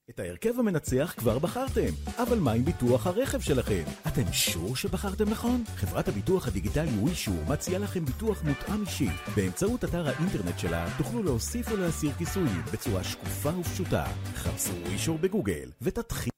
את ההרכב המנצח כבר בחרתם, אבל מה עם ביטוח הרכב שלכם? אתם שור שבחרתם נכון? חברת הביטוח הדיגיטלי ווישור מציעה לכם ביטוח מותאם אישי. באמצעות אתר האינטרנט שלה תוכלו להוסיף או להסיר כיסויים בצורה שקופה ופשוטה. חפשו ווישור בגוגל ותתחיל.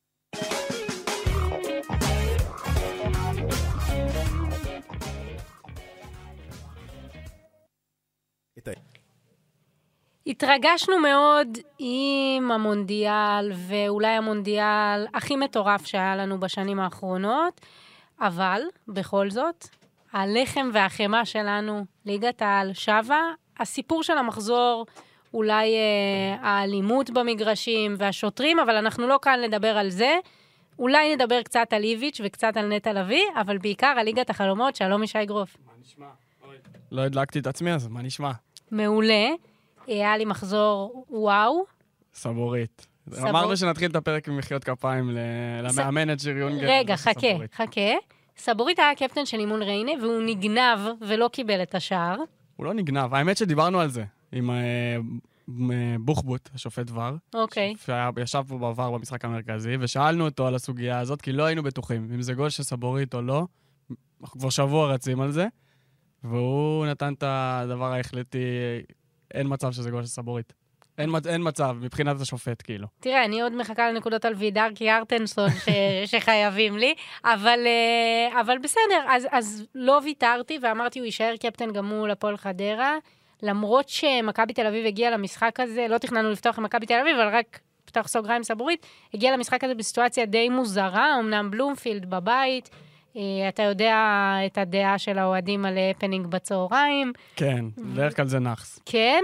התרגשנו מאוד עם המונדיאל, ואולי המונדיאל הכי מטורף שהיה לנו בשנים האחרונות, אבל בכל זאת, הלחם והחמה שלנו, ליגת העל שווה, הסיפור של המחזור, אולי האלימות במגרשים והשוטרים, אבל אנחנו לא כאן לדבר על זה, אולי נדבר קצת על איביץ' וקצת על נטע לביא, אבל בעיקר על ליגת החלומות, שלום ישי גרוף. מה נשמע? לא הדלקתי את עצמי, אז מה נשמע? מעולה. היה לי מחזור וואו. סבורית. אמרנו שנתחיל את הפרק עם מחיאות כפיים למאמנת שיר יונגר. רגע, חכה. סבורית היה הקפטן של אימון ריינה, והוא נגנב ולא קיבל את השער. הוא לא נגנב, האמת שדיברנו על זה, עם בוחבוט, השופט דבר. אוקיי. שישב פה בעבר במשחק המרכזי, ושאלנו אותו על הסוגיה הזאת, כי לא היינו בטוחים, אם זה גול של סבורית או לא. אנחנו כבר שבוע רצים על זה, והוא נתן את הדבר ההחלטי, אין מצב שזה גול של סבורית. אין מצב, מבחינת השופט, כאילו. תראה, אני עוד מחכה לנקודות על וידרקי ארטנסון שחייבים לי, אבל בסדר, אז לא ויתרתי, ואמרתי, הוא יישאר קפטן גם מול הפועל חדרה, למרות שמכבי תל אביב הגיע למשחק הזה, לא תכננו לפתוח עם מכבי תל אביב, אבל רק פתח סוגריים סבורית, הגיע למשחק הזה בסיטואציה די מוזרה, אמנם בלומפילד בבית, אתה יודע את הדעה של האוהדים על הפנינג בצהריים. כן, דרך כלל זה נחס. כן,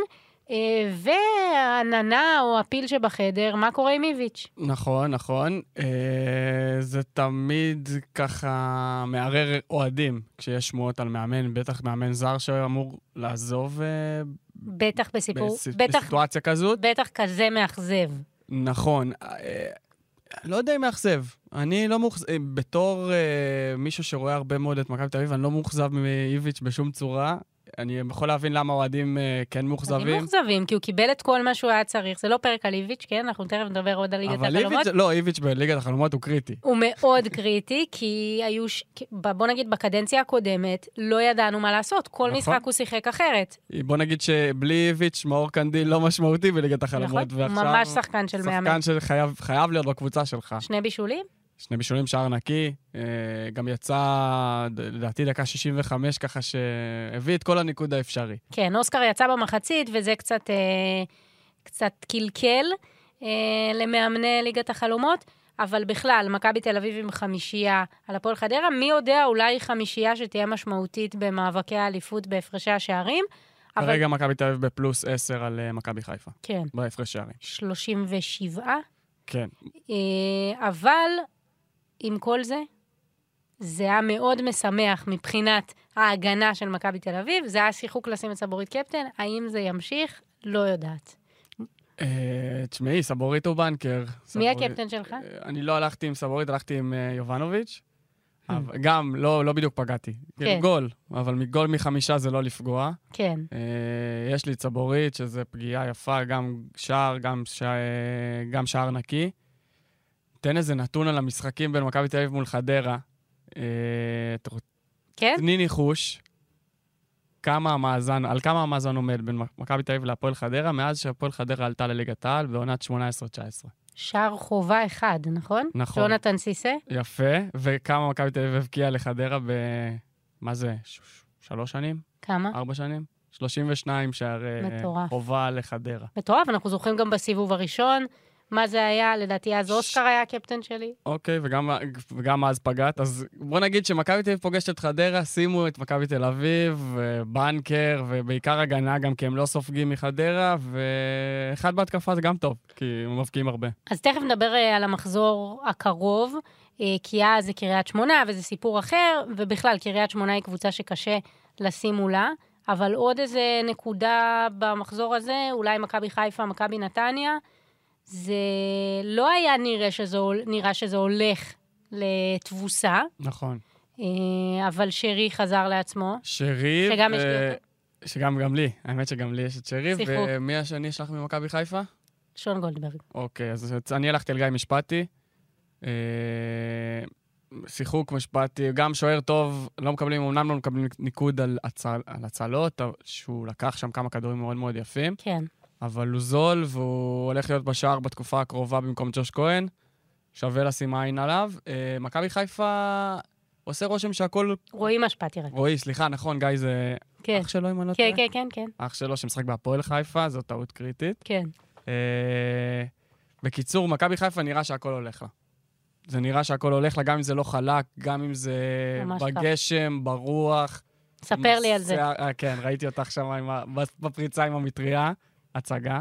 והעננה או הפיל שבחדר, מה קורה עם איביץ'? נכון. זה תמיד ככה מערער אוהדים, כשיש שמועות על מאמן, בטח מאמן זר שאמור לעזוב. בטח בסיפור. בסיטואציה כזאת. בטח כזה מאכזב. נכון. לא יודע אם מאכזב. אני לא מאוכזב, בתור מישהו שרואה הרבה מאוד את מכבי תל אביב, אני לא מאוכזב מאיביץ' בשום צורה. אני יכול להבין למה אוהדים כן מאוכזבים. הם מאוכזבים, כי הוא קיבל את כל מה שהוא היה צריך. זה לא פרק על איביץ', כן? אנחנו תכף נדבר עוד על ליגת החלומות. אבל איביץ' בליגת החלומות הוא קריטי. הוא מאוד קריטי, כי היו, בוא נגיד, בקדנציה הקודמת, לא ידענו מה לעשות. כל משחק הוא שיחק אחרת. בוא נגיד שבלי איביץ', מאור קנדיל לא משמעותי בליגת החלומות. נכון, ממש שחקן של מאמן. שחקן שחייב להיות בקבוצה שלך. שני בישולים? שני בישולים, שער נקי, גם יצא, לדעתי, דקה 65, ככה שהביא את כל הניקוד האפשרי. כן, אוסקר יצא במחצית, וזה קצת קלקל למאמני ליגת החלומות, אבל בכלל, מכבי תל אביב עם חמישייה על הפועל חדרה, מי יודע, אולי חמישייה שתהיה משמעותית במאבקי האליפות בהפרשי השערים. כרגע מכבי תל אביב בפלוס 10 על מכבי חיפה. כן. בהפרש שערים. 37. כן. אבל עם כל זה, זה היה מאוד משמח מבחינת ההגנה של מכבי תל אביב, זה היה שיחוק לשים את סבורית קפטן, האם זה ימשיך? לא יודעת. תשמעי, סבורית הוא בנקר. מי הקפטן שלך? אני לא הלכתי עם סבורית, הלכתי עם יובנוביץ', גם לא בדיוק פגעתי. גול, אבל מגול מ5 זה לא לפגוע. כן. יש לי את סבורית, שזה פגיעה יפה, גם שער, גם שער נקי. תן איזה נתון על המשחקים בין מכבי תל אביב מול חדרה. כן? תני ניחוש, על כמה המאזן עומד בין מכבי תל אביב להפועל חדרה, מאז שהפועל חדרה עלתה לליגת העל בעונת 18-19. שער חובה אחד, נכון? נכון. ג'ונתן סיסה? יפה, וכמה מכבי תל אביב הבקיעה לחדרה מה זה? 3 שנים? כמה? 4 שנים? 32 שערי חובה לחדרה. מטורף, אנחנו זוכרים גם בסיבוב הראשון, מה זה היה? לדעתי אז אוסקר היה הקפטן שלי. אוקיי, וגם אז פגעת. אז בוא נגיד שמכבי תל אביב פוגשת את חדרה, שימו את מכבי תל אביב, בנקר, ובעיקר הגנה גם כי הם לא סופגים מחדרה, ואחד בהתקפה זה גם טוב, כי הם מבקיעים הרבה. אז תכף נדבר על המחזור הקרוב, כי אז זה קריית שמונה, וזה סיפור אחר, ובכלל קריית שמונה היא קבוצה שקשה לשים מולה, אבל עוד איזה נקודה במחזור הזה, אולי מכבי חיפה, מכבי נתניה, זה לא היה נראה שזה הולך לתבוסה. נכון. אבל שרי חזר לעצמו. שרי, שגם גם לי. האמת שגם לי יש את שרי. ומי השני שלך ממכבי חיפה? שון גולדברג. אוקיי, אז אני הלכתי על גיא משפטי. שיחוק משפטי, גם שוער טוב, אומנם לא מקבלים ניקוד על הצלות, שהוא לקח שם כמה כדורים מאוד מאוד יפים. כן. אבל הוא זול, והוא הולך להיות בשער בתקופה הקרובה במקום ג'וש כהן. שווה לשים עין עליו. מכבי חיפה עושה רושם שהכל... רועי משפטי רק. רועי, סליחה, נכון, גיא זה כן. אח שלו, אם אני לא טועה? כן, כן, כן. אח שלו שמשחק בהפועל חיפה, זו טעות קריטית. כן. בקיצור, מכבי חיפה נראה שהכל הולך לה. זה נראה שהכל הולך לה, גם אם זה לא חלק, גם אם זה בגשם, ברוח. ספר לי על זה. כן, ראיתי אותך שם בפריצה עם המטריה, הצגה.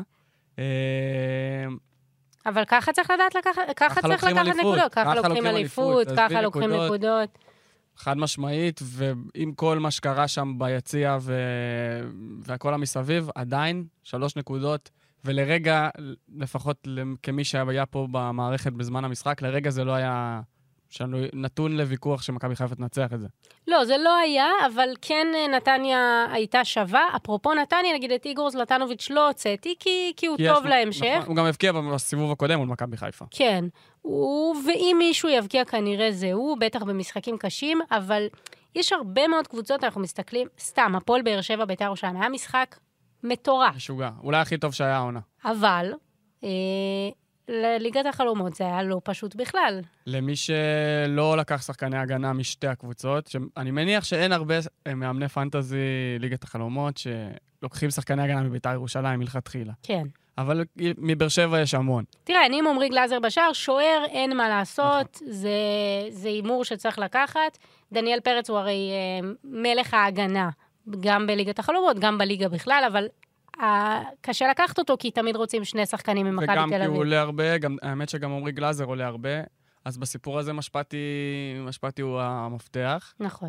אבל ככה צריך לדעת ככה צריך לקחת נקודות. ככה לוקחים אליפות, ככה לוקחים נקודות. חד משמעית, ועם כל מה שקרה שם ביציע והכל המסביב, עדיין 3 נקודות, ולרגע, לפחות כמי שהיה פה במערכת בזמן המשחק, לרגע זה לא היה נתון לוויכוח שמכבי חיפה תנצח את זה. לא, זה לא היה, אבל כן נתניה הייתה שווה. אפרופו נתניה, נגיד את איגור זלטנוביץ' לא הוצאתי, כי הוא טוב להמשך. נכון, הוא גם הבקיע בסיבוב הקודם מול מכבי חיפה. כן, ואם מישהו יבקיע כנראה זה הוא, בטח במשחקים קשים, אבל יש הרבה מאוד קבוצות, אנחנו מסתכלים, סתם, הפועל באר שבע בית"ר ירושלים, היה משחק מטורף. משוגע, אולי הכי טוב שהיה העונה. אבל לליגת החלומות זה היה לא פשוט בכלל. למי שלא לקח שחקני הגנה משתי הקבוצות, אני מניח שאין הרבה מאמני פנטזי ליגת החלומות שלוקחים שחקני הגנה מבית"ר ירושלים מלכתחילה. כן. אבל מבאר שבע יש המון. תראה, אני עם עמרי גלאזר בשער, שוער אין מה לעשות, זה אימור שצריך לקחת. דניאל פרץ הוא הרי מלך ההגנה, גם בליגת החלומות, גם בליגה בכלל, אבל קשה לקחת אותו, כי תמיד רוצים 2 שחקנים ממכבי תל אביב. וגם כי הוא עולה הרבה, האמת שגם עמרי גלאזר עולה הרבה, אז בסיפור הזה משפטי הוא המפתח. נכון.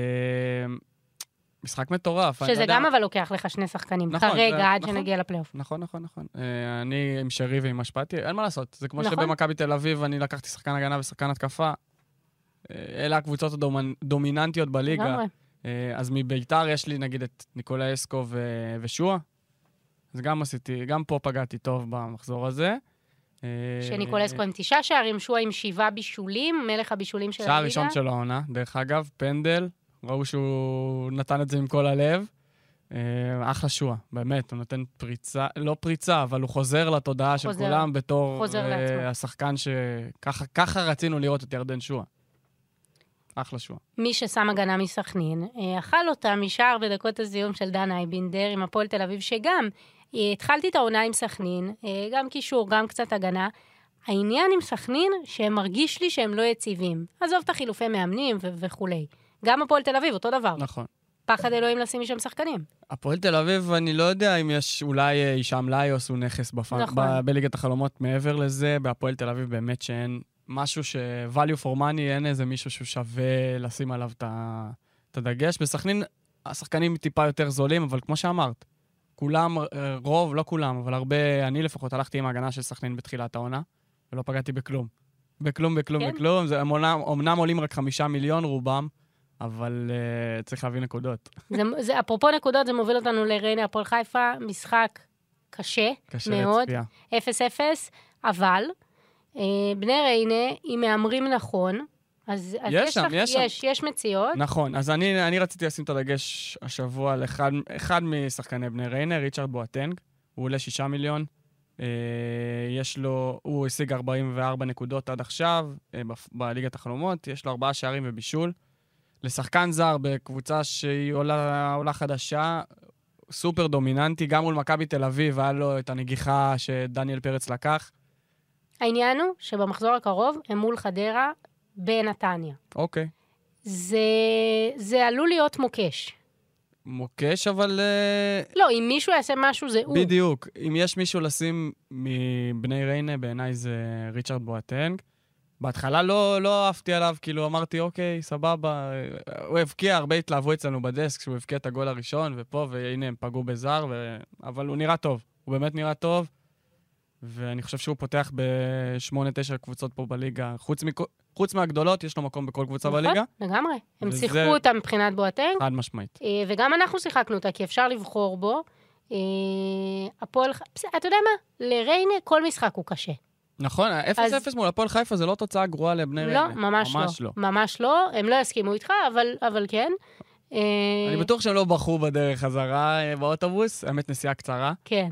משחק מטורף. שזה גם אבל לוקח לך 2 שחקנים, כרגע עד שנגיע לפלייאוף. נכון. אני עם שרי ועם משפטי, אין מה לעשות. זה כמו שבמכבי תל אביב אני לקחתי שחקן הגנה ושחקן התקפה. אלה הקבוצות הדומיננטיות בליגה. אז מביתר יש לי נגיד את ניקולה אסקו ושועה. אז גם פה פגעתי טוב במחזור הזה. שניקולסקו עם 9 שערים, שועה עם 7 בישולים, מלך הבישולים של הליגה. שער ראשון של העונה, דרך אגב, פנדל, ראו שהוא נתן את זה עם כל הלב. אחלה שועה, באמת, הוא נותן פריצה, לא פריצה, אבל הוא חוזר לתודעה של כולם בתור השחקן שככה רצינו לראות את ירדן שועה. אחלה שועה. מי ששם הגנה מסכנין, אכל אותה משער בדקות הזיום של דן אייבינדר עם הפועל תל אביב, שגם התחלתי את העונה עם סכנין, גם קישור, גם קצת הגנה. העניין עם סכנין, שהם מרגיש לי שהם לא יציבים. עזוב את החילופי מאמנים וכולי. גם הפועל תל אביב, אותו דבר. נכון. פחד אלוהים לשים משם שחקנים. הפועל תל אביב, אני לא יודע אם יש אולי הישאם ליוס הוא נכס בליגת החלומות. מעבר לזה, בהפועל תל אביב באמת שאין משהו ש-value for money, אין איזה מישהו ששווה לשים עליו את הדגש. בסכנין, השחקנים טיפה יותר זולים, אבל כמו שאמרת, כולם, רוב, לא כולם, אבל הרבה, אני לפחות הלכתי עם ההגנה של סכנין בתחילת העונה, ולא פגעתי בכלום. בכלום. זה אמנם עולים רק 5 מיליון רובם, אבל צריך להביא נקודות. אפרופו נקודות, זה מוביל אותנו לריינה הפועל חיפה, משחק קשה מאוד, 0-0, אבל בני ריינה, אם מאמרים נכון, אז יש מציאות. נכון, אז אני רציתי לשים את הדגש השבוע לאחד משחקני בני ריינה, ריצ'רד בואטנג, הוא עולה 6 מיליון, הוא השיג 44 נקודות עד עכשיו, בליגת החלומות, יש לו 4 שערים ובישול, לשחקן זר בקבוצה שהיא עולה חדשה, סופר דומיננטי, גם מול מכבי תל אביב, היה לו את הנגיחה שדניאל פרץ לקח. העניין הוא שבמחזור הקרוב הם מול חדרה בנתניה. אוקיי. זה עלול להיות מוקש. מוקש, אבל... לא, אם מישהו יעשה משהו זה הוא. בדיוק. אם יש מישהו לשים מבני ריינה, בעיניי זה ריצ'רד בואטנג. בהתחלה לא אהבתי עליו, כאילו אמרתי, אוקיי, סבבה. הוא הבקיע, הרבה התלהבו אצלנו בדסק, כשהוא הבקיע את הגול הראשון, ופה, והנה הם פגעו בזר, אבל הוא נראה טוב. הוא באמת נראה טוב, ואני חושב שהוא פותח ב8-9 קבוצות פה בליגה. חוץ מהגדולות, יש לו מקום בכל קבוצה בליגה. לגמרי. הם שיחקו אותה מבחינת בואטנג. חד משמעית. וגם אנחנו שיחקנו אותה, כי אפשר לבחור בו. הפועל, אתה יודע מה? לריינה כל משחק הוא קשה. נכון, 0-0 מול הפועל חיפה זה לא תוצאה גרועה לבני ריינה. לא, ממש לא. ממש לא, הם לא יסכימו איתך, אבל כן. אני בטוח שהם לא בחרו בדרך חזרה באוטובוס, האמת נסיעה קצרה. כן.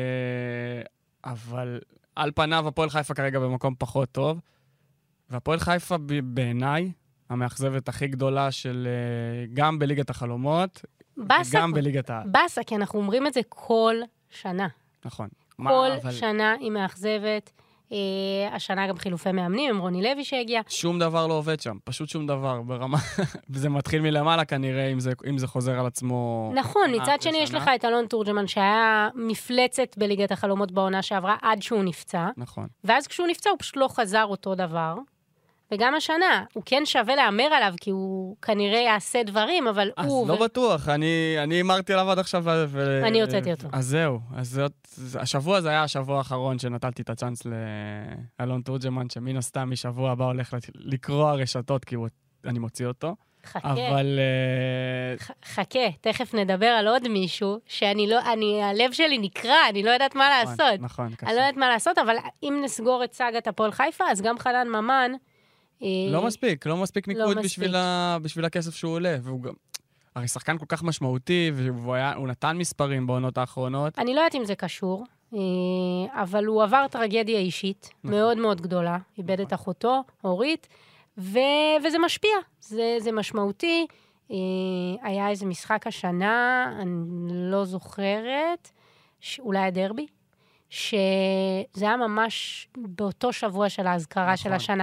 אבל על פניו הפועל חיפה כרגע במקום פחות טוב, והפועל חיפה בעיניי, המאכזבת הכי גדולה של גם בליגת החלומות, גם בליגת העל. בסה, כי אנחנו אומרים את זה כל שנה. נכון. כל שנה היא מאכזבת. השנה גם חילופי מאמנים, עם רוני לוי שהגיע. שום דבר לא עובד שם, פשוט שום דבר ברמה. וזה מתחיל מלמעלה כנראה, אם זה חוזר על עצמו. נכון, מצד שני יש לך את אלון תורג'מן, שהיה מפלצת בליגת החלומות בעונה שעברה, עד שהוא נפצע. נכון. ואז כשהוא נפצע, הוא פשוט לא חזר אותו דבר. וגם השנה, הוא כן שווה לאמר עליו, כי הוא כנראה יעשה דברים, אבל אז הוא... אז לא בטוח, אני אמרתי עליו עד עכשיו אני הוצאתי אותו. אז זהו, השבוע זה היה השבוע האחרון שנתתי את הצ'אנס לאלון תורג'מן, שמן הסתם משבוע הבא הולך לקרוא הרשתות, כי אני מוציא אותו. חכה. אבל... חכה, תכף נדבר על עוד מישהו, הלב שלי נקרא, אני לא יודעת מה לעשות. נכון, קשה. אני לא יודעת מה לעשות, אבל אם נסגור את סאגת הפועל חיפה, אז גם חנן ממן... לא מספיק ניקוד בשביל הכסף שהוא עולה, והוא גם... הרי שחקן כל כך משמעותי, והוא נתן מספרים בעונות האחרונות. אני לא יודעת אם זה קשור, אבל הוא עבר טרגדיה אישית מאוד מאוד גדולה, איבד את אחותו, אורית, וזה משפיע, זה משמעותי. היה איזה משחק השנה, אני לא זוכרת, אולי הדרבי, שזה היה ממש באותו שבוע של ההזכרה של השנה.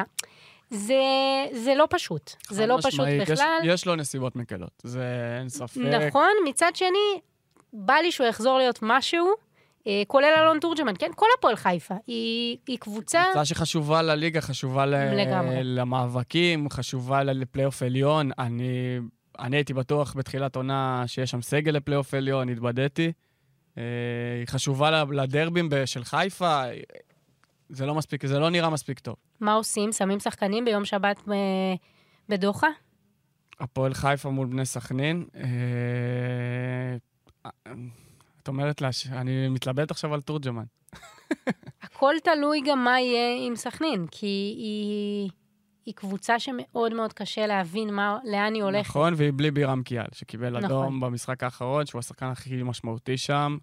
זה לא פשוט. זה לא פשוט בכלל. יש לו נסיבות מקלות, זה אין ספק. נכון, מצד שני, בא לי שהוא יחזור להיות משהו, כולל אלון תורג'מן, כן? כל הפועל חיפה. היא קבוצה... קבוצה שחשובה לליגה, חשובה למאבקים, חשובה לפלייאוף עליון. אני הייתי בטוח בתחילת עונה שיש שם סגל לפלייאוף עליון, התבדיתי. היא חשובה לדרבים של חיפה. זה לא מספיק, זה לא נראה מספיק טוב. מה עושים? שמים שחקנים ביום שבת בדוחה? הפועל חיפה מול בני סכנין. את אומרת לה, אני מתלבט עכשיו על תורג'מן. הכל תלוי גם מה יהיה עם סכנין, כי היא קבוצה שמאוד מאוד קשה להבין לאן היא הולכת. נכון, והיא בלי בירם קיאל, שקיבל אדום במשחק האחרון, שהוא השחקן הכי משמעותי שם.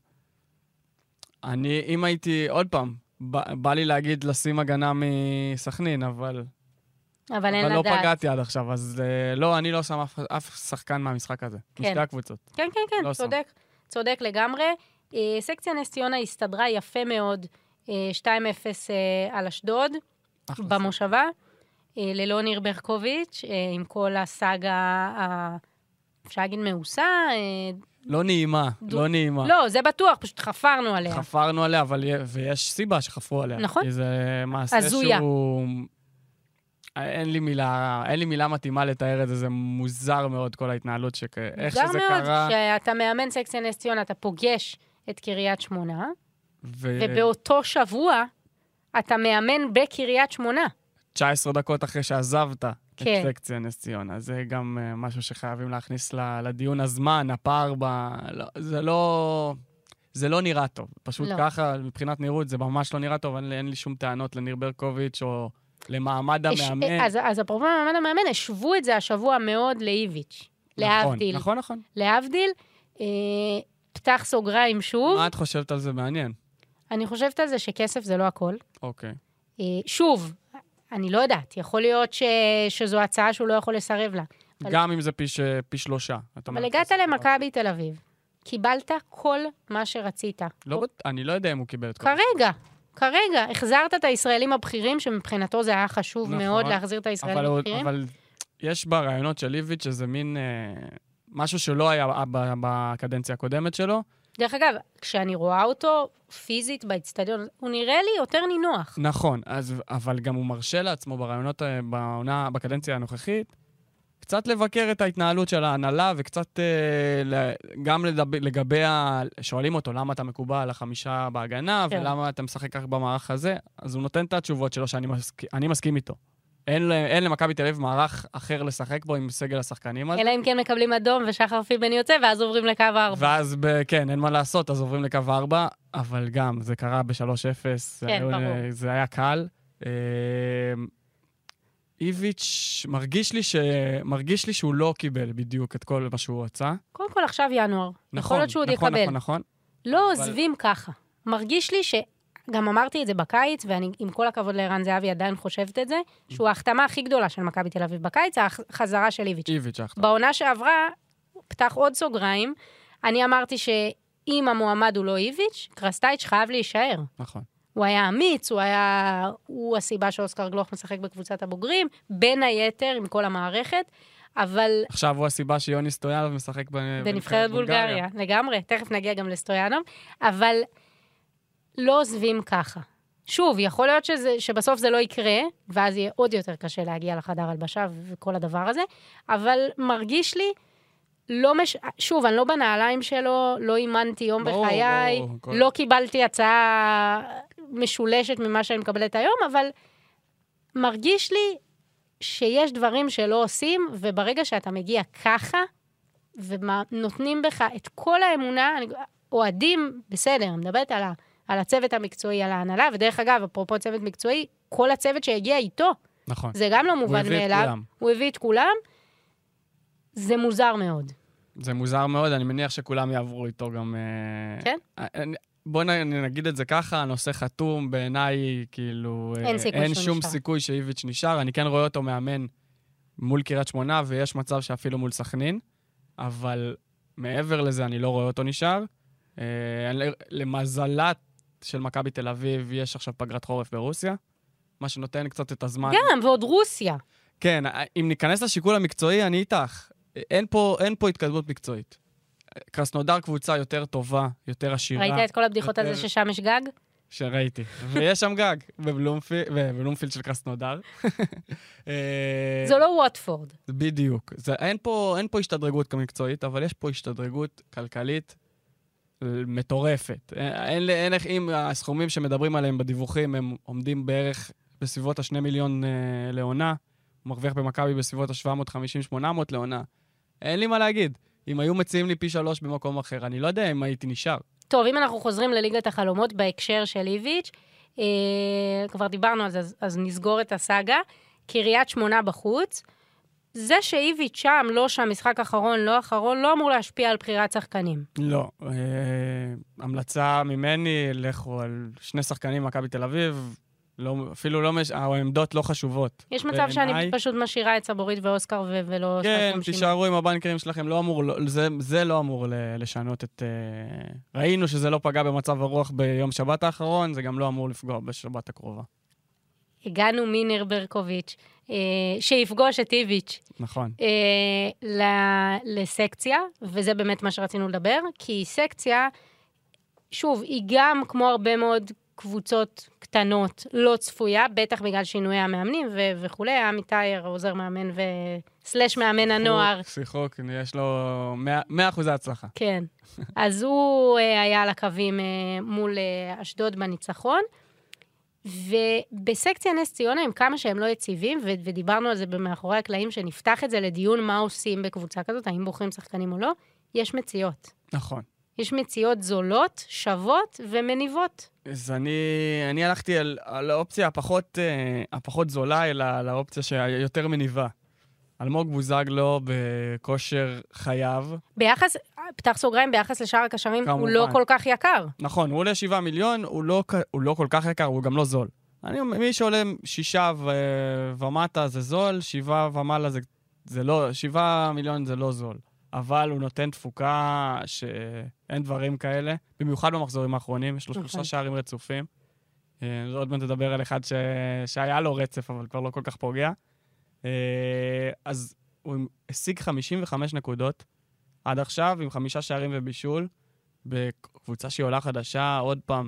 אם הייתי, עוד פעם, בא לי להגיד לשים הגנה מסכנין, אבל לא פגעתי עד עכשיו, אז לא, אני לא שם אף שחקן מהמשחק הזה. משתי הקבוצות. כן, צודק לגמרי. סקציה נס ציונה הסתדרה יפה מאוד, 2-0 על אשדוד, במושבה, ללא ניר ברקוביץ', עם כל הסאגה, אפשר להגיד מעושה, לא נעימה. לא, זה בטוח, פשוט חפרנו עליה. אבל ויש סיבה שחפרו עליה. נכון. כי זה מעשה שהוא... אין לי מילה מתאימה לתאר את זה, זה מוזר מאוד כל ההתנהלות, איך שזה קרה. מוזר מאוד, שאתה מאמן סקציה נס ציונה, אתה פוגש את קריית שמונה, ובאותו שבוע אתה מאמן בקריית שמונה. 19 דקות אחרי שעזבת את סקציה נס ציונה. זה גם משהו שחייבים להכניס לדיון הזמן, הפער זה לא נראה טוב. פשוט ככה, מבחינת נראות, זה ממש לא נראה טוב, אין לי שום טענות לניר ברקוביץ' או למעמד המאמן. אז אפרופו מעמד המאמן, השוו את זה השבוע מאוד לאיביץ'. להבדיל. נכון. להבדיל, פתח סוגריים שוב. מה את חושבת על זה מעניין? אני חושבת על זה שכסף זה לא הכל. אוקיי. שוב, אני לא יודעת, יכול להיות שזו הצעה שהוא לא יכול לסרב לה. גם אם זה פי 3. אבל הגעת למכבי תל אביב. קיבלת כל מה שרצית. אני לא יודע אם הוא קיבל את כל... כרגע, החזרת את הישראלים הבכירים, שמבחינתו זה היה חשוב מאוד להחזיר את הישראלים הבכירים. אבל יש ברעיונות של איביץ' שזה מין משהו שלא היה בקדנציה הקודמת שלו. דרך אגב, כשאני רואה אותו פיזית באצטדיון, הוא נראה לי יותר נינוח. נכון, אבל גם הוא מרשה לעצמו ברעיונות בקדנציה הנוכחית, קצת לבקר את ההתנהלות של ההנהלה, וקצת גם לגבי, שואלים אותו למה אתה מקובע ל5 בהגנה, ולמה אתה משחק כך במערך הזה, אז הוא נותן את התשובות שלו שאני מסכים איתו. אין למכבי תל אביב מערך אחר לשחק בו עם סגל השחקנים הזה. אלא אם כן מקבלים אדום ושחר פיבן יוצא, ואז עוברים לקו 4. ואז, כן, אין מה לעשות, אז עוברים לקו 4, אבל גם, זה קרה ב-3-0. כן, ברור. זה היה קל. איביץ' מרגיש לי שהוא לא קיבל בדיוק את כל מה שהוא רצה. קודם כל עכשיו ינואר. יכול להיות שהוא עוד יקבל. נכון. לא עוזבים ככה. מרגיש לי גם אמרתי את זה בקיץ, ואני עם כל הכבוד לערן זהבי עדיין חושבת את זה, שהוא ההחתמה הכי גדולה של מכבי תל אביב בקיץ, החזרה של איביץ'. בעונה שעברה, פתח עוד סוגריים, אני אמרתי שאם המועמד הוא לא איביץ', קרסטייץ' חייב להישאר. נכון. הוא היה אמיץ, הוא הסיבה שאוסקר גלוך משחק בקבוצת הבוגרים, בין היתר עם כל המערכת, אבל... עכשיו הוא הסיבה שיוני סטויאנוב משחק בנבחרת בולגריה. לגמרי, תכף נגיע גם לסטויאנוב, אבל לא עוזבים ככה. שוב, יכול להיות שבסוף זה לא יקרה, ואז יהיה עוד יותר קשה להגיע לחדר הלבשה וכל הדבר הזה, אבל מרגיש לי, שוב, אני לא בנעליים שלו, לא אימנתי יום בחיי, לא קיבלתי הצעה משולשת ממה שאני מקבלת היום, אבל מרגיש לי שיש דברים שלא עושים, וברגע שאתה מגיע ככה, ונותנים בך את כל האמונה, אוהדים, בסדר, אני מדברת על הצוות המקצועי, על ההנהלה, ודרך אגב, אפרופו צוות מקצועי, כל הצוות שהגיע איתו, נכון. זה גם לא מובן מאליו, הוא הביא את כולם, זה מוזר מאוד. זה מוזר מאוד, אני מניח שכולם יעברו איתו גם... כן? בואו נגיד את זה ככה, הנושא חתום, בעיניי, כאילו... אין שום סיכוי שאיביץ' נשאר, אני כן רואה אותו מאמן מול קריית שמונה, ויש מצב שאפילו מול סכנין, אבל מעבר לזה אני לא רואה אותו נשאר. למזלת של מכבי תל אביב, יש עכשיו פגרת חורף ברוסיה, מה שנותן קצת את הזמן... גם, ועוד רוסיה. כן, אם ניכנס לשיקול המקצועי, אני איתך. אין פה התקדמות מקצועית. קרסנודר קבוצה יותר טובה, יותר עשירה. ראית את כל הבדיחות על זה ששם יש גג? שראיתי. ויש שם גג, בבלומפילד של קרסנודר. זו לא ווטפורד. בדיוק. אין פה השתדרגות מקצועית, אבל יש פה השתדרגות כלכלית מטורפת. אם הסכומים שמדברים עליהם בדיווחים, הם עומדים בערך בסביבות ה2 מיליון לעונה, הוא מרוויח במכבי בסביבות ה750-800 לעונה. אין לי מה להגיד. אם היו מציעים לי פי 3 במקום אחר, אני לא יודע אם הייתי נשאר. טוב, אם אנחנו חוזרים לליגת החלומות בהקשר של איביץ', כבר דיברנו על זה, אז נסגור את הסאגה. קריית שמונה בחוץ, זה שאיביץ' שם, לא שהמשחק האחרון, לא האחרון, לא אמור להשפיע על בחירת שחקנים. לא. המלצה ממני, לכו על 2 שחקנים מכבי תל אביב, אפילו לא, העמדות לא חשובות. יש מצב שאני פשוט משאירה את סבורית ואוסקר ולא... כן, תישארו עם הבנקרים שלכם, זה לא אמור לשנות את... ראינו שזה לא פגע במצב הרוח ביום שבת האחרון, זה גם לא אמור לפגוע בשבת הקרובה. הגענו מינר ברקוביץ', שיפגוש את איביץ'. נכון. לסקציה, וזה באמת מה שרצינו לדבר, כי סקציה, שוב, היא גם כמו הרבה מאוד קבוצות קטנות, לא צפויה, בטח בגלל שינויי המאמנים וכו'. עמי טייר, עוזר מאמן וסלש מאמן הנוער. שיחוק, יש לו 100% הצלחה. כן. אז הוא היה על הקווים מול אשדוד בניצחון, ובסקציה נס ציונה, עם כמה שהם לא יציבים, ודיברנו על זה במאחורי הקלעים, שנפתח את זה לדיון מה עושים בקבוצה כזאת, האם בוחרים שחקנים או לא, יש מציאות. נכון. יש מציאות זולות, שוות ומניבות. אז אני הלכתי על האופציה הפחות זולה, אלא על האופציה שיותר מניבה. אלמוג בוזגלו בכושר חייב. פתח סוגריים, ביחס לשאר הקשרים, הוא לא כל כך יקר. נכון, הוא עולה 7 מיליון, הוא לא כל כך יקר, הוא גם לא זול. מי שעולה 6 ומטה זה זול, 7 ומעלה זה לא, 7 מיליון זה לא זול. אבל הוא נותן תפוקה שאין דברים כאלה, במיוחד במחזורים האחרונים, יש לו 3 שערים רצופים. עוד מעט תדבר על אחד שהיה לו רצף, אבל כבר לא כל כך פוגע. אז הוא השיג 55 נקודות עד עכשיו, עם 5 שערים ובישול, בקבוצה שהיא עולה חדשה, עוד פעם.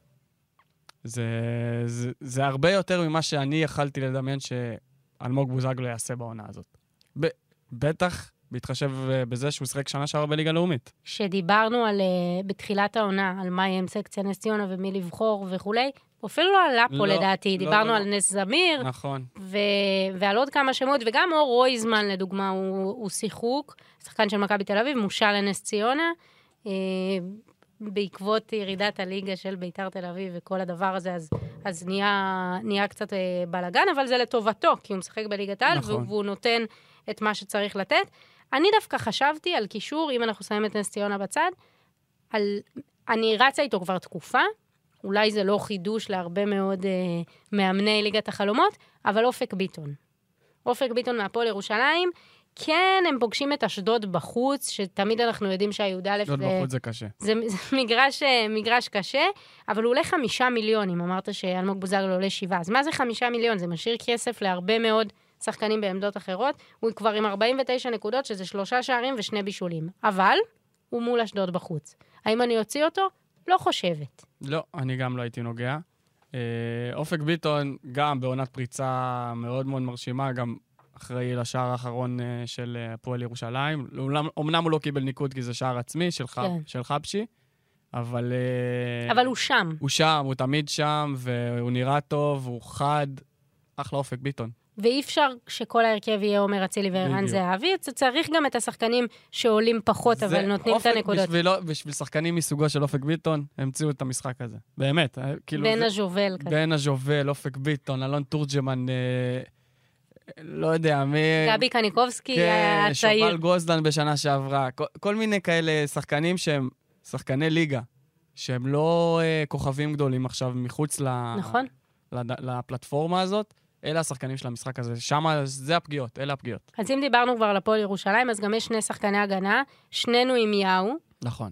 זה הרבה יותר ממה שאני יכלתי לדמיין שאלמוג בוזגלו יעשה בעונה הזאת. בטח בהתחשב בזה שהוא שחק שנה שעבר בליגה לאומית. שדיברנו בתחילת העונה, על מה יהיה עם סקציה נס ציונה ומי לבחור וכולי, אפילו לא עלה פה לא, לדעתי, לא, דיברנו לא. על נס זמיר, נכון. ועל עוד כמה שמות, וגם אור רויזמן, לדוגמה, הוא שיחוק, שחקן של מכבי תל אביב, מושל לנס ציונה, בעקבות ירידת הליגה של ביתר תל אביב וכל הדבר הזה, אז נהיה קצת בלגן, אבל זה לטובתו, כי הוא משחק בליגת העל, נכון. והוא נותן את מה שצריך לתת. אני דווקא חשבתי על קישור, אם אנחנו שמים את נס ציונה בצד, אני רצה איתו כבר תקופה, אולי זה לא חידוש להרבה מאוד מאמני ליגת החלומות, אבל אופק ביטון. אופק ביטון מהפועל ירושלים, כן, הם פוגשים את אשדוד בחוץ, שתמיד אנחנו יודעים שהי"א אשדוד בחוץ זה קשה. זה מגרש קשה, אבל הוא עולה 5 מיליון, אם אמרת שאלמוג בוזגלו עולה 7. אז מה זה 5 מיליון? זה משאיר כסף להרבה מאוד שחקנים בעמדות אחרות. הוא כבר עם 49 נקודות, שזה 3 שערים ו2 בישולים. אבל הוא מול אשדוד בחוץ. האם אני אוציא אותו? לא חושבת. לא, אני גם לא הייתי נוגע. אופק ביטון, גם בעונת פריצה מאוד מאוד מרשימה, גם אחראי לשער האחרון של הפועל ירושלים. אמנם הוא לא קיבל ניקוד כי זה שער עצמי של חבשי, אבל הוא שם. הוא שם, הוא תמיד שם, והוא נראה טוב, הוא חד, אחלה אופק ביטון. ואי אפשר שכל ההרכב יהיה עומר אצילי וערן זהבי, צריך גם את השחקנים שעולים פחות, אבל נותנים את הנקודות. בשביל שחקנים מסוגו של אופק ביטון, המציאו את המשחק הזה. באמת. בין הז'ובל כזה. בין הז'ובל, אופק ביטון, אלון תורג'מן, לא יודע, גבי קניקובסקי היה צעיר. שובל גוזלן בשנה שעברה. כל מיני כאלה שחקנים שהם שחקני ליגה, שהם לא כוכבים גדולים עכשיו מחוץ לפלטפורמה הזאת, אלה השחקנים של המשחק הזה. שם זה הפגיעות, אלה הפגיעות. אז אם דיברנו כבר על הפועל ירושלים, אז גם יש 2 שחקני הגנה, שנינו עם יאו. נכון.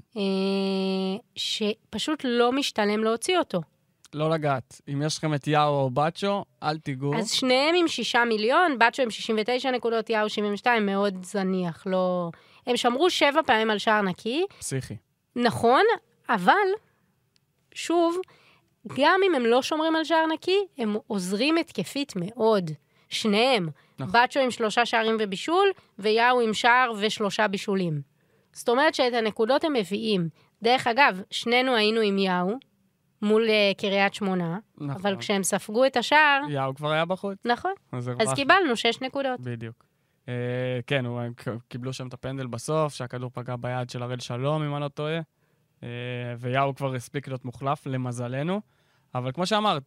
שפשוט לא משתלם להוציא אותו. לא לגעת. אם יש לכם את יאו או בצ'ו, אל תיגעו. אז שניהם עם 6 מיליון, בצ'ו עם 69 נקודות, יאו 72, מאוד זניח. לא... הם שמרו 7 פעמים על שער נקי. פסיכי. נכון, אבל, שוב, גם אם הם לא שומרים על שער נקי, הם עוזרים התקפית מאוד. שניהם. נכון. בצ'ו עם 3 שערים ובישול, ויאו עם שער ו3 בישולים. זאת אומרת שאת הנקודות הם מביאים. דרך אגב, שנינו היינו עם יאו, מול קריית שמונה, נכון. אבל כשהם ספגו את השער... יאו כבר היה בחוץ. נכון. אז קיבלנו 6 נקודות. בדיוק. כן, הם קיבלו שם את הפנדל בסוף, שהכדור פגע ביד של הראל שלום, אם אני לא טועה. ויאו כבר הספיק להיות מוחלף, למזלנו. אבל כמו שאמרת,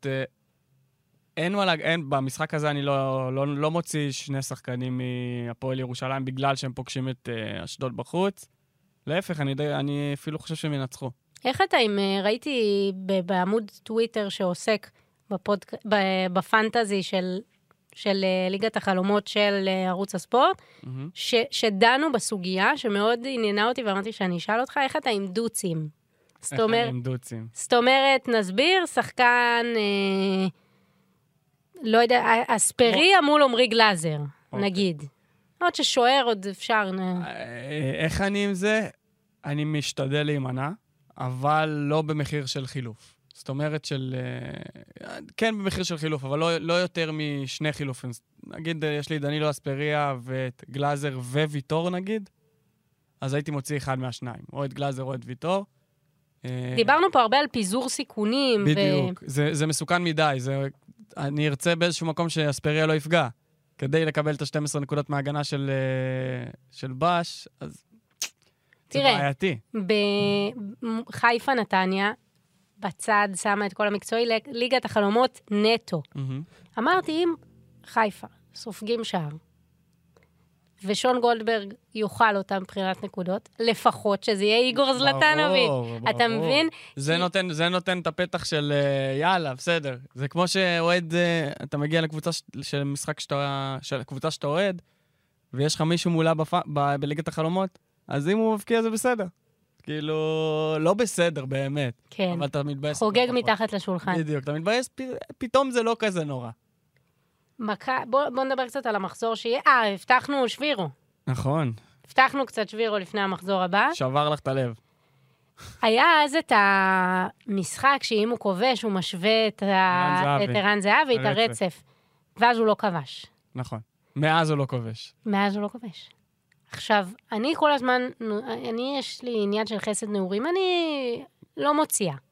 במשחק הזה אני לא מוציא 2 שחקנים מהפועל ירושלים, בגלל שהם פוגשים את אשדוד בחוץ. להפך, אני אפילו חושב שהם ינצחו. איך אתה, אם ראיתי בעמוד טוויטר שעוסק בפנטזי של ליגת החלומות של ערוץ הספורט, שדנו בסוגיה, שמאוד עניינה אותי, ואמרתי שאני אשאל אותך, איך אתה עם דוצים? איך אני עם דוצים? זאת אומרת, נסביר, שחקן, לא יודע, אספרי מול עומרי גלאזר, נגיד. עוד ששוער עוד אפשר. איך אני עם זה? אני משתדל להימנע, אבל לא במחיר של חילוף. זאת אומרת כן במחיר של חילוף, אבל לא יותר מ2 חילופים. נגיד, יש לי דנילו אספריה ואת גלאזר וויטור נגיד, אז הייתי מוציא אחד מהשניים, או את גלאזר או את ויטור. דיברנו פה הרבה על פיזור סיכונים. בדיוק, זה מסוכן מדי. אני ארצה באיזשהו מקום שאספריה לא יפגע, כדי לקבל את ה-12 נקודות מההגנה של בש, אז זה בעייתי. בחיפה נתניה, בצד שמה את כל המקצועי, ליגת החלומות נטו. אמרתי, אם חיפה סופגים שער, ושון גולדברג יוכל אותם בחירת נקודות, לפחות שזה יהיה איגור זלטנוביץ'. אתה מבין? זה נותן את הפתח של יאללה, בסדר. זה כמו שאוהד, אתה מגיע לקבוצה של משחק של קבוצה שאתה אוהד, ויש לך מישהו מולה בליגת החלומות, אז אם הוא מבקיע זה בסדר. כאילו, לא בסדר באמת. כן. אבל אתה מתבאס. חוגג מתחת לשולחן. בדיוק, אתה מתבאס, פתאום זה לא כזה נורא. בוא נדבר קצת על המחזור שיהיה. הבטחנו שבירו. נכון. הבטחנו קצת שבירו לפני המחזור הבא. שבר לך את הלב. היה אז את המשחק שאם הוא כובש, הוא משווה את ערן זהבי ואת הרצף. ואז הוא לא כבש. נכון. מאז הוא לא כובש. מאז הוא לא כובש. עכשיו, אני כל הזמן, יש לי עניין של חסד נעורים, אני לא מוציאה.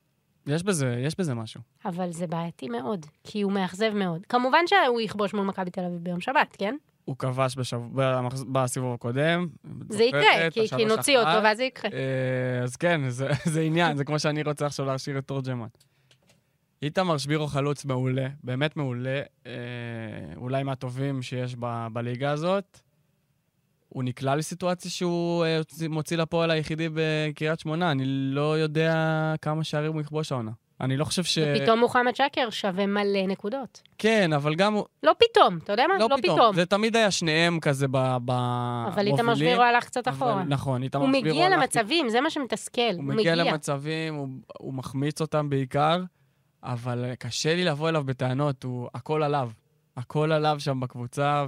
יש בזה משהו. אבל זה בעייתי מאוד, כי הוא מאכזב מאוד. כמובן שהוא יכבוש מול מכבי תל אביב ביום שבת, כן? הוא כבש בסיבוב הקודם. זה יקרה, כי נוציא אותו, ואז זה יקרה. אז כן, זה עניין, זה כמו שאני רוצה עכשיו להשאיר את תורג'מן. איתמר שבירו חלוץ מעולה, באמת מעולה, אולי מהטובים שיש בליגה הזאת. הוא נקלע לסיטואציה שהוא מוציא לפועל היחידי בקריית שמונה, אני לא יודע כמה שערים הוא יכבוש העונה. אני לא חושב ופתאום מוחמד שקר שווה מלא נקודות. כן, אבל גם הוא... לא פתאום, אתה יודע מה? לא פתאום. זה תמיד היה שניהם כזה אבל איתמר שבירו הלך קצת אחורה. נכון, איתמר הוא שבירו מגיע למצבים, זה מה שמתסכל. הוא מגיע למצבים, הוא מחמיץ אותם בעיקר, אבל קשה לי לבוא אליו בטענות, הכל עליו. הכל עליו שם בקבוצה,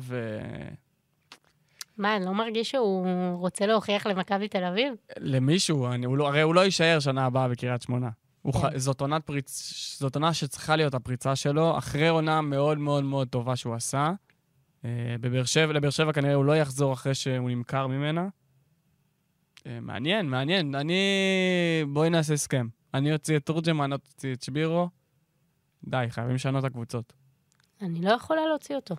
מה, אני לא מרגיש שהוא רוצה להוכיח למכבי תל אביב? למישהו, הרי הוא לא יישאר שנה הבאה בקריית שמונה. זאת עונה שצריכה להיות הפריצה שלו, אחרי עונה מאוד מאוד מאוד טובה שהוא עשה. לבאר שבע כנראה הוא לא יחזור אחרי שהוא נמכר ממנה. מעניין. בואי נעשה הסכם. אני אוציא את תורג'מן, אני אוציא את שבירו. די, חייבים לשנות את הקבוצות. אני לא יכולה להוציא אותו.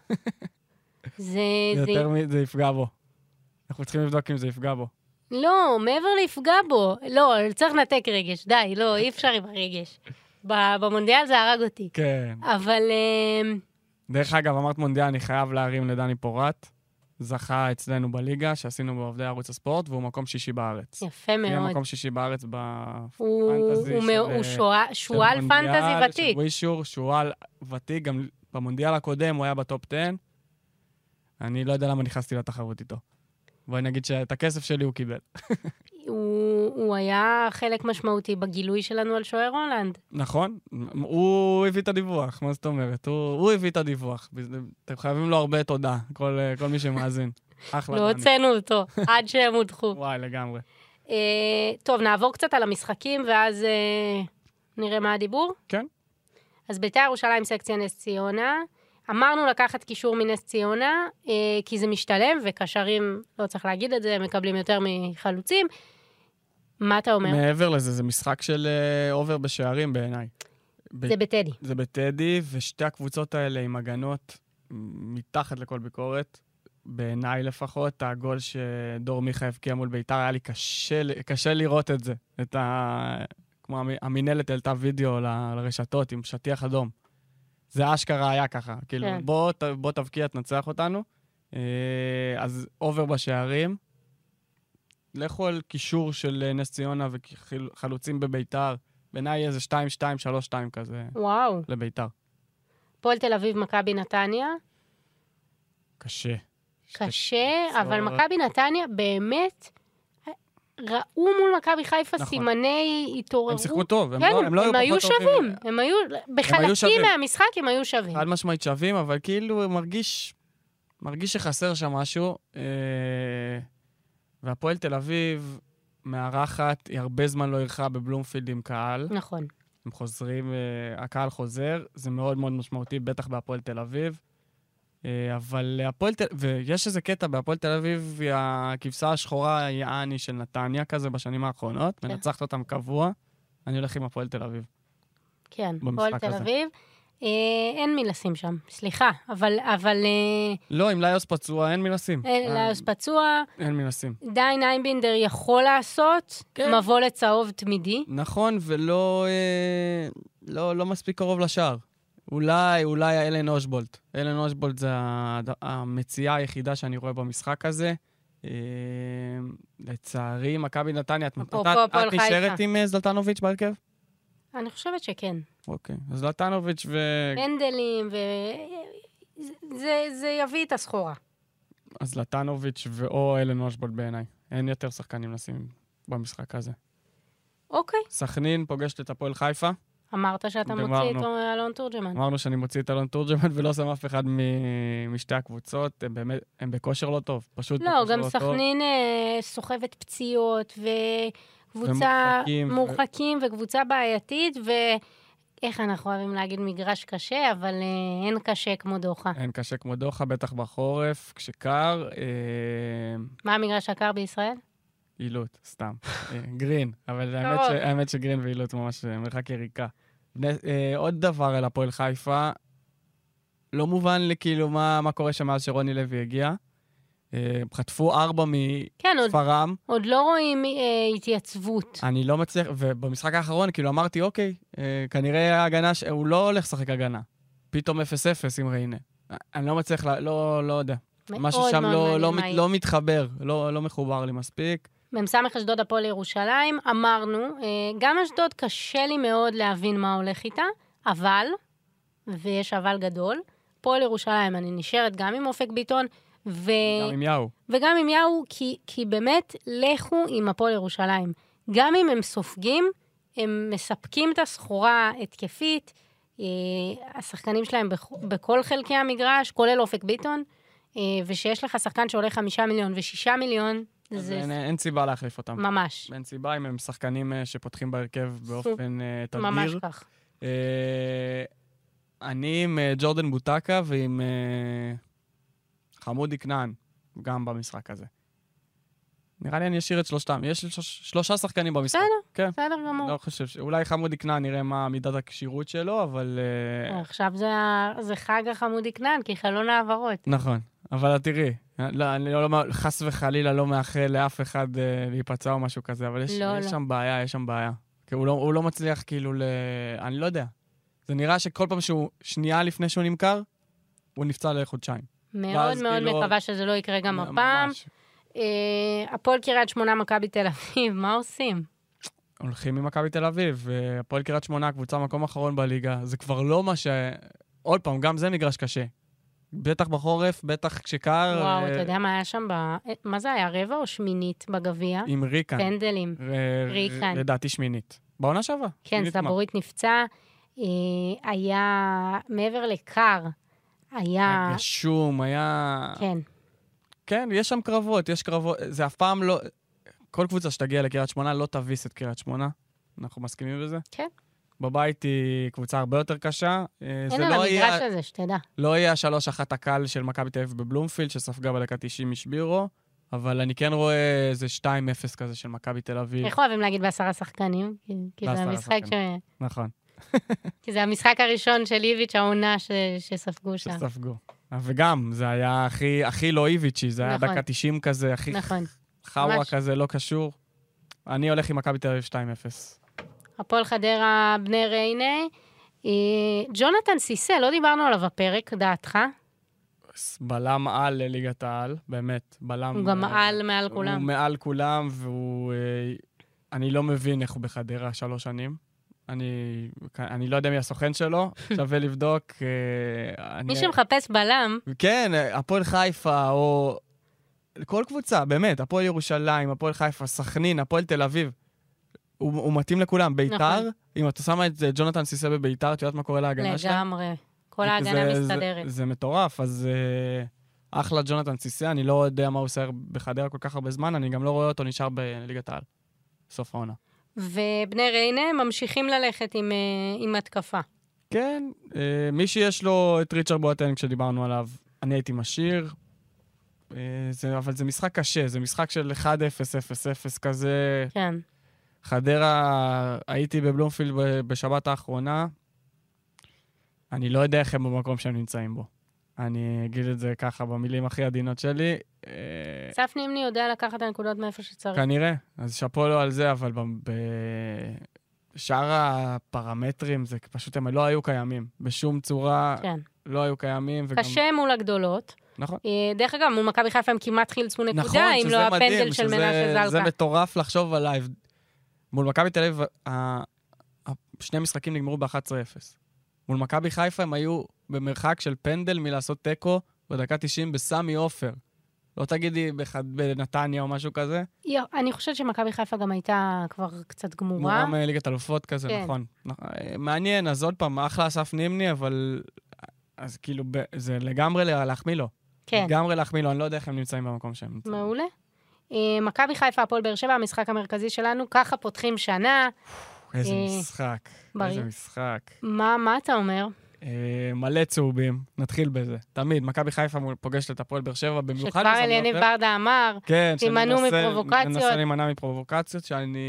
זה יפגע בו. אנחנו צריכים לבדוק אם זה יפגע בו. לא, מעבר ליפגע בו. לא, צריך לנתק רגש. די, לא, אי אפשר עם הרגש. במונדיאל זה הרג אותי. כן. אבל... דרך אגב, אמרת מונדיאל, אני חייב להרים לדני פורט. זכה אצלנו בליגה, שעשינו בעובדי ערוץ הספורט, והוא מקום שישי בארץ. יפה מאוד. הוא מקום שישי בארץ בפנטזי הוא שואל פנטזי ותיק. הוא אישור, שואל ותיק, גם במונדיאל הקודם הוא היה בטופ 10. אני לא יודע למה נכנסתי לתחרות איתו. בואי נגיד שאת הכסף שלי הוא קיבל. הוא היה חלק משמעותי בגילוי שלנו על שוער הולנד. נכון, הוא הביא את הדיווח, מה זאת אומרת? הוא הביא את הדיווח. אתם חייבים לו הרבה תודה, כל מי שמאזין. לא הוצאנו אותו, עד שהם הודחו. וואי, לגמרי. טוב, נעבור קצת על המשחקים, ואז נראה מה הדיבור. כן. אז בית"ר ירושלים סקציה נס ציונה. אמרנו לקחת קישור מנס ציונה, כי זה משתלם, וקשרים, לא צריך להגיד את זה, מקבלים יותר מחלוצים. מה אתה אומר? מעבר לזה, זה משחק של אובר בשערים בעיניי. זה בטדי. זה בטדי, ושתי הקבוצות האלה עם הגנות מתחת לכל ביקורת, בעיניי לפחות, הגול שדור מיכה הבקיע מול בית"ר, היה לי קשה לראות את זה. כמו המנהלת העלתה וידאו לרשתות עם שטיח אדום. זה אשכרה היה ככה, כאילו, כן. בוא תבקיע, תנצח אותנו. אז אובר בשערים, לכו על קישור של נס ציונה וחלוצים בביתר, בעיניי איזה 2-2-3-2 כזה. וואו. לביתר. פועל תל אביב, מכבי נתניה. קשה, אבל מכבי נתניה באמת ראו מול מכבי חיפה נכון. סימני התעוררו. הם שיחקו טוב, הם היו שווים. הם היו, בחלקים מהמשחק הם היו שווים. חד משמעית שווים, אבל כאילו מרגיש שחסר שם משהו. והפועל תל אביב מארחת, היא הרבה זמן לא אירחה בבלומפילד עם קהל. נכון. הם חוזרים, הקהל חוזר, זה מאוד מאוד משמעותי, בטח בהפועל תל אביב. אבל הפועל תל אביב, ויש איזה קטע בהפועל תל אביב, הכבשה השחורה יעני של נתניה כזה בשנים האחרונות, מנצחת אותם קבוע, אני הולך עם הפועל תל אביב. כן, הפועל תל אביב. אין מי לשים שם, סליחה, אבל... לא, אם ליוס פצוע, אין מי לשים. ליוס פצוע. אין מי לשים. דיין איינבינדר יכול לעשות, מבוא לצהוב תמידי. נכון, ולא לא מספיק קרוב לשער. אולי אלן אושבולט. אלן אושבולט זה המציאה היחידה שאני רואה במשחק הזה. לצערי, מכבי נתניה, את נשארת עם זלטנוביץ' בהרכב? אני חושבת שכן. אוקיי, אז זלטנוביץ' פנדלים, זה יביא את הסחורה. אז זלטנוביץ' או אלן אושבולט בעיניי. אין יותר שחקנים לשים במשחק הזה. אוקיי. סכנין פוגשת את הפועל חיפה. אמרת שאתה מוציא את אלון תורג'מן. אמרנו שאני מוציא את אלון תורג'מן ולא שם אף אחד משתי הקבוצות. הם בכושר לא טוב. פשוט לא, גם סכנין סוחבת פציעות וקבוצה מורחקים וקבוצה בעייתית, ואיך אנחנו אוהבים להגיד מגרש קשה, אבל אין קשה כמו דוחה. אין קשה כמו דוחה, בטח בחורף, כשקר. מה המגרש הקר בישראל? אילוט, סתם. גרין, אבל האמת שגרין ואילוט ממש מרחק יריקה. עוד דבר על הפועל חיפה, לא מובן לי כאילו מה קורה שם מאז שרוני לוי הגיע. חטפו 4 מכפרם. עוד לא רואים התייצבות. אני לא מצליח, ובמשחק האחרון כאילו אמרתי, אוקיי, כנראה ההגנה, הוא לא הולך לשחק הגנה. פתאום 0-0 עם ריינה. אני לא מצליח, לא יודע. משהו שם לא מתחבר, לא מחובר לי מספיק. במסמך אשדוד הפועל ירושלים, אמרנו, גם אשדוד קשה לי מאוד להבין מה הולך איתה, אבל, ויש אבל גדול, הפועל ירושלים, אני נשארת גם עם אופק ביטון, גם עם יאו. וגם עם יאו, כי באמת לכו עם הפועל ירושלים. גם אם הם סופגים, הם מספקים את הסחורה התקפית, השחקנים שלהם בכל חלקי המגרש, כולל אופק ביטון, ושיש לך שחקן שעולה 5 מיליון ו6 מיליון, אין סיבה להחליף אותם. ממש. אין סיבה אם הם שחקנים שפותחים בהרכב באופן תדיר. ממש כך. אני עם ג'ורדן בוטקה ועם חמודי כנען, גם במשחק הזה. נראה לי אני אשאיר את שלושתם. יש 3 שחקנים במשחק. בסדר גמור. לא חושב, אולי חמודי כנען נראה מה מידת הקשירות שלו, אבל... עכשיו זה חג החמודי כנען, כי חלון העברות. נכון, אבל תראי, אני חס וחלילה לא מאחל לאף אחד להיפצע או משהו כזה, אבל יש שם בעיה. הוא לא מצליח כאילו אני לא יודע. זה נראה שכל פעם שהוא שנייה לפני שהוא נמכר, הוא נפצע לחודשיים. מאוד מאוד מקווה שזה לא יקרה גם הפעם. הפועל קריית שמונה, מכבי תל אביב, מה עושים? הולכים ממכבי תל אביב, והפועל קריית שמונה, קבוצה מקום אחרון בליגה, זה כבר לא מה עוד פעם, גם זה מגרש קשה. בטח בחורף, בטח כשקר. וואו, אתה יודע מה היה שם מה זה היה, רבע או שמינית בגביע? עם ריקן. פנדלים. ריקן. לדעתי שמינית. בעונה שווה. כן, סבורית נפצע. היה מעבר לקר. היה גשום, היה... כן. כן, יש שם קרבות, יש קרבות. זה אף פעם לא... כל קבוצה שתגיע לקריית שמונה לא תביס את קריית שמונה. אנחנו מסכימים בזה? כן. בבית היא קבוצה הרבה יותר קשה. אין על המגרש הזה, שתדע. לא יהיה 3-1 הקל של מכבי תל אביב בבלומפילד, שספגה בדקה 90 משבירו, אבל אני כן רואה איזה 2-0 כזה של מכבי תל אביב. איך אוהבים להגיד ב10 שחקנים? כי זה המשחק נכון. כי זה המשחק הראשון של איביץ' העונה שספגו שם. שספגו. וגם, זה היה הכי לא איביץ'י, זה היה דקה 90 כזה, הכי חאווה כזה, לא קשור. אני הולך עם מכבי תל אביב 2-0. הפועל חדרה, בני ריינה. ג'ונתן סיסה, לא דיברנו עליו בפרק, דעתך? בלם על לליגת העל, באמת. בלם... הוא גם מעל כולם. הוא מעל כולם, אני לא מבין איך הוא בחדרה 3 שנים. אני לא יודע מי הסוכן שלו, שווה לבדוק. מי שמחפש בלם. כן, הפועל חיפה, או כל קבוצה, באמת, הפועל ירושלים, הפועל חיפה, סכנין, הפועל תל אביב. הוא מתאים לכולם. ביתר, אם אתה שמה את ג'ונתן סיסה בביתר, את יודעת מה קורה להגנה שלה? לגמרי. כל ההגנה מסתדרת. זה מטורף, אז אחלה ג'ונתן סיסה, אני לא יודע מה הוא עושה בחדרה כל כך הרבה זמן, אני גם לא רואה אותו נשאר בליגת העל. סוף העונה. ובני ריינה ממשיכים ללכת עם התקפה. כן, מי שיש לו את ריצ'רד בואטנג כשדיברנו עליו, אני הייתי משאיר, אבל זה משחק קשה, זה משחק של 1-0, 0-0 כזה. כן. חדרה, הייתי בבלומפילד בשבת האחרונה, אני לא יודע איך הם במקום שהם נמצאים בו. אני אגיד את זה ככה במילים הכי עדינות שלי. סף נימני יודע לקחת את הנקודות מאיפה שצריך. כנראה, אז שפו לו על זה, אבל בשאר הפרמטרים, זה פשוט הם לא היו קיימים. בשום צורה לא היו קיימים. קשה מול הגדולות. נכון. דרך אגב, מול מכבי חיפה הם כמעט חילצו נקודה, אם לא הפנדל של מנשה זלקה. זה מטורף לחשוב עליי. מול מכבי תל אביב, 2 משחקים נגמרו ב-11-0. מול מכבי חיפה הם היו במרחק של פנדל מלעשות טקו בדקה 90 בסמי עופר. לא תגידי בנתניה או משהו כזה? אני חושבת שמכבי חיפה גם הייתה כבר קצת גמורה. גמורה מליגת אלופות כזה, נכון. מעניין, אז עוד פעם, אחלה אסף נימני, אבל אז כאילו זה לגמרי להחמיא לו. כן. לגמרי להחמיא לו, אני לא יודע איך הם נמצאים במקום שהם נמצאים. מעולה. מכבי חיפה, הפועל באר שבע, המשחק המרכזי שלנו, ככה פותחים שנה. איזה משחק, איזה משחק. מה אתה אומר? מלא צהובים, נתחיל בזה. תמיד, מכבי חיפה פוגשת את הפועל באר שבע, במיוחד שכבר אליניב ברדה אמר, תימנעו מפרובוקציות. מנסה להימנע מפרובוקציות,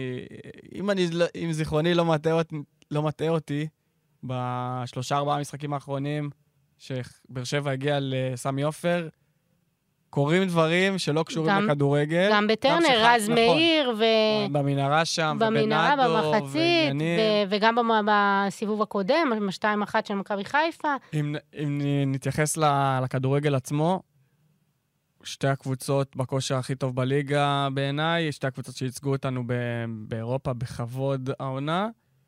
אם זיכרוני לא מטעה אותי, ב3-4 משחקים האחרונים, שבאר שבע הגיע לסמי עופר, קורים דברים שלא קשורים לכדורגל. גם בטרנר, רז מאיר, במנהרה שם, במנהרה, במחצית, וגם בסיבוב הקודם, 2-1 של מכבי חיפה. אם נתייחס לכדורגל עצמו, שתי הקבוצות בכושר הכי טוב בליגה בעיניי, שתי הקבוצות שייצגו אותנו באירופה בכבוד העונה.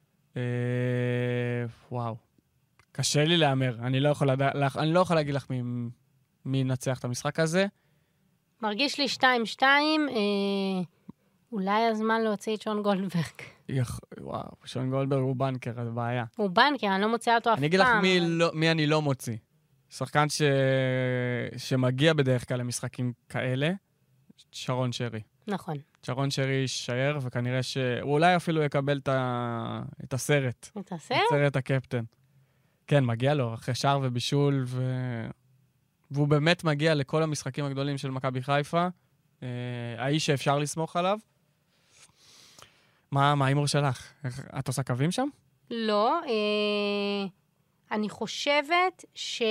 וואו. קשה לי להאמר. אני לא יכול להגיד לך מי ינצח את המשחק הזה. מרגיש לי 2-2, אולי הזמן להוציא את שון גולדברג. וואו, שון גולדברג הוא בנקר, זה בעיה. הוא בנקר, אני לא מוציאה אותו אף פעם. אני אגיד לך מי אני לא מוציא. שחקן שמגיע בדרך כלל למשחקים כאלה, שרון שרי. נכון. שרון שרי יישאר, וכנראה שהוא אולי אפילו יקבל את הסרט. את הסרט? את סרט הקפטן. כן, מגיע לו, אחרי שער ובישול, והוא באמת מגיע לכל המשחקים הגדולים של מכבי חיפה. האיש שאפשר לסמוך עליו. מה האימור שלך? את עושה קווים שם? לא. אני חושבת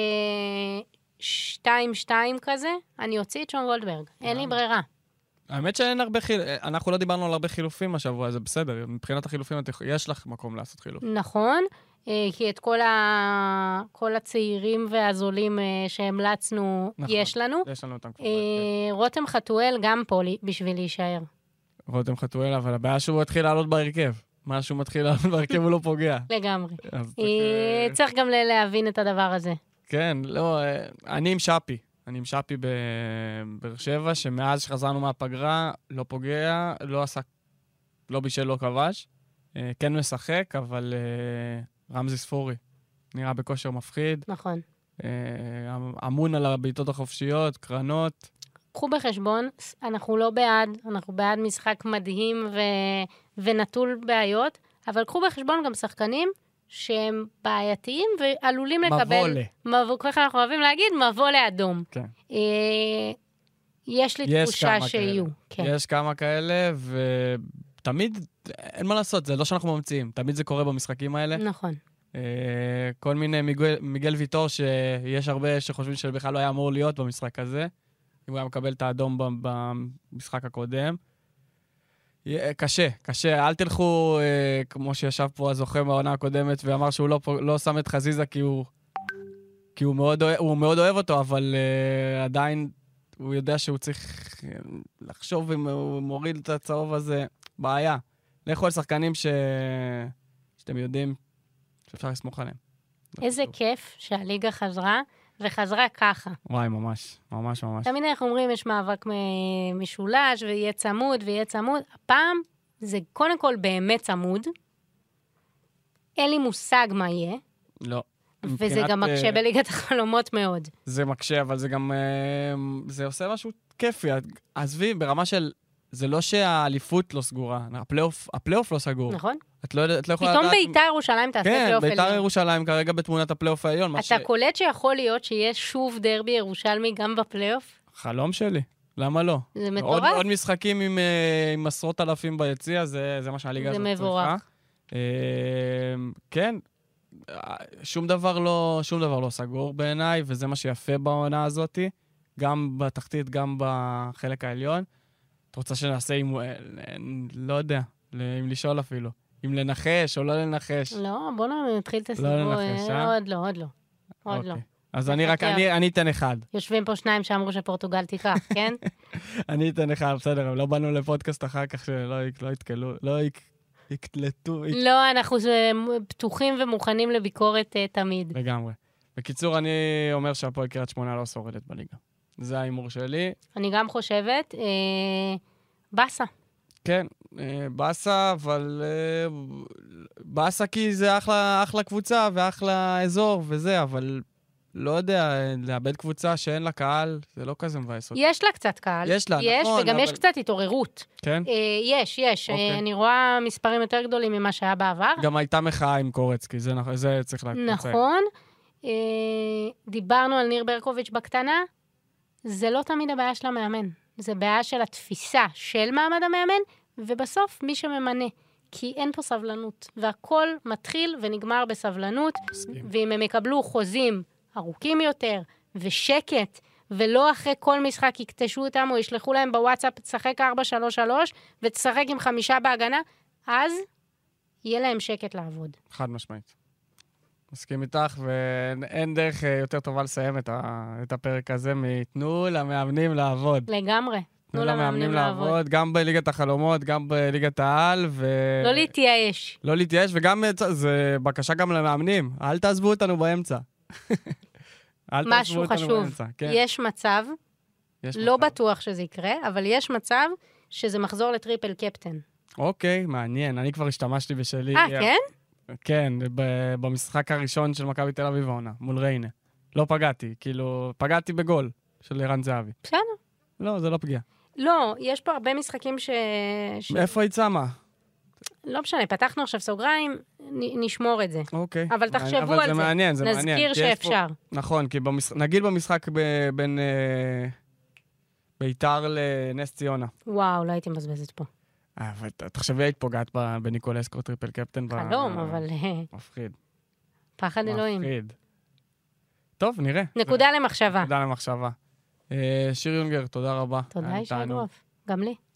2-2 כזה, אני אוציא את שון גולדברג. אין לי ברירה. האמת שאין הרבה אנחנו לא דיברנו על הרבה חילופים השבוע, זה בסדר. מבחינת החילופים יש לך מקום לעשות חילוף. נכון. כי את כל הצעירים והזולים שהמלצנו, נכון, יש לנו. יש לנו אותם כבר. רותם חתואל גם פה בשביל להישאר. רותם חתואל, אבל הבעיה שהוא מתחיל לעלות בהרכב. מה שהוא מתחיל לעלות בהרכב הוא לא פוגע. לגמרי. צריך גם להבין את הדבר הזה. כן, לא, אני עם שפי בבאר שבע, שמאז שחזרנו מהפגרה, לא פוגע, לא בישל, לא כבש. כן משחק, אבל רמזי ספורי נראה בכושר מפחיד. נכון. אמון על הבעיטות החופשיות, קרנות. קחו בחשבון, אנחנו לא בעד, אנחנו בעד משחק מדהים ונטול בעיות, אבל קחו בחשבון גם שחקנים שהם בעייתיים ועלולים לקבל... מבוא. ככה אנחנו אוהבים להגיד, מבוא לאדום. כן. יש לי תחושה שיהיו. כן. יש כמה כאלה, ותמיד, אין מה לעשות, זה לא שאנחנו ממציאים, תמיד זה קורה במשחקים האלה. נכון. כל מיני מיגל ויטור, שיש הרבה שחושבים שבכלל לא היה אמור להיות במשחק הזה, אם הוא היה מקבל את האדום במשחק הקודם. קשה. אל תלכו, כמו שישב פה הזוכה בעונה הקודמת, ואמר שהוא לא שם את חזיזה כי הוא מאוד אוהב אותו, אבל עדיין הוא יודע שהוא צריך לחשוב אם הוא מוריד את הצהוב הזה. בעיה. לכו על שחקנים שאתם יודעים שאפשר לסמוך עליהם. איזה כיף שהליגה חזרה, וחזרה ככה. וואי, ממש. תמיד אנחנו אומרים, יש מאבק משולש, ויהיה צמוד. הפעם זה קודם כל באמת צמוד. אין לי מושג מה יהיה. לא. וזה גם מקשה בליגת החלומות מאוד. זה מקשה, אבל זה גם... זה עושה משהו כיפי. עזבי, ברמה של... זה לא שהאליפות לא סגורה. הפלייאוף לא סגור. נכון. את לא יכולה... פתאום בית"ר ירושלים תעשה פלייאוף עליון. כן, בית"ר ירושלים כרגע בתמונת הפלייאוף העליון. אתה קולט שיכול להיות שיש שוב דרבי ירושלמי גם בפלייאוף? חלום שלי. למה לא? זה מטורף. עוד משחקים עם עשרות אלפים ביציע, זה מה שהליגה הזאת צריכה. זה מבורך. כן. שום דבר לא סגור בעיניי, וזה מה שיפה בעונה הזאת, גם בתחתית, גם בחלק העליון. את רוצה שנעשה לא יודע, אם לשאול אפילו. אם לנחש או לא לנחש. לא, בוא נתחיל את הסיפור. לא לנחש, עוד לא. אז אני אתן אחד. יושבים פה שניים שאמרו שפורטוגל תיקח, כן? אני אתן אחד, בסדר, לא באנו לפודקאסט אחר כך שלא יקלטו. לא, אנחנו פתוחים ומוכנים לביקורת תמיד. לגמרי. בקיצור, אני אומר שהפועל קריית שמונה לא שורדת בליגה. זה האימור שלי. אני גם חושבת, בסה. כן, בסה, אבל בסה כי זה אחלה קבוצה ואחלה אזור וזה, אבל לא יודע, לאבד קבוצה שאין לה קהל, זה לא כזה מבאס אותי. יש לה קצת קהל. יש לה, נכון. וגם יש קצת התעוררות. כן? יש. אני רואה מספרים יותר גדולים ממה שהיה בעבר. גם הייתה מחאה עם קורצקי, זה צריך להקצה. נכון. דיברנו על ניר ברקוביץ' בקטנה, זה לא תמיד הבעיה של המאמן. זה בעיה של התפיסה של מעמד המאמן, ובסוף מי שממנה. כי אין פה סבלנות, והכל מתחיל ונגמר בסבלנות, ואם הם יקבלו חוזים ארוכים יותר, ושקט, ולא אחרי כל משחק יקטשו אותם, או ישלחו להם בוואטסאפ, תשחק 4-3-3, ותשחק עם 5 בהגנה, אז יהיה להם שקט לעבוד. חד משמעית. מסכים איתך, ואין דרך יותר טובה לסיים את הפרק הזה, מתנו למאמנים לעבוד. לגמרי. תנו למאמנים לעבוד, גם בליגת החלומות, גם בליגת העל, לא להתייאש. לא להתייאש, וגם, זה בקשה גם למאמנים, אל תעזבו אותנו באמצע. משהו חשוב, יש מצב, לא בטוח שזה יקרה, אבל יש מצב שזה מחזור לטריפל קפטן. אוקיי, מעניין, אני כבר השתמשתי בשלי. כן? כן, במשחק הראשון של מכבי תל אביב העונה, מול ריינה. לא פגעתי, כאילו, פגעתי בגול של ערן זהבי. בסדר. לא, זה לא פגיעה. לא, יש פה הרבה משחקים איפה היא צמה? לא משנה, פתחנו עכשיו סוגריים, נשמור את זה. אוקיי. אבל תחשבו על זה. אבל זה מעניין, זה מעניין. נזכיר שאפשר. נכון, כי נגיד במשחק בין ביתר לנס ציונה. וואו, לא הייתי מבזבזת פה. אבל תחשבי, היית פוגעת בניקולסקו טריפל קפטן. חלום, אבל... מפחיד. פחד אלוהים. מפחיד. טוב, נראה. נקודה למחשבה. נקודה למחשבה. שיר יונגר, תודה רבה. תודה, ישי גרוף. גם לי.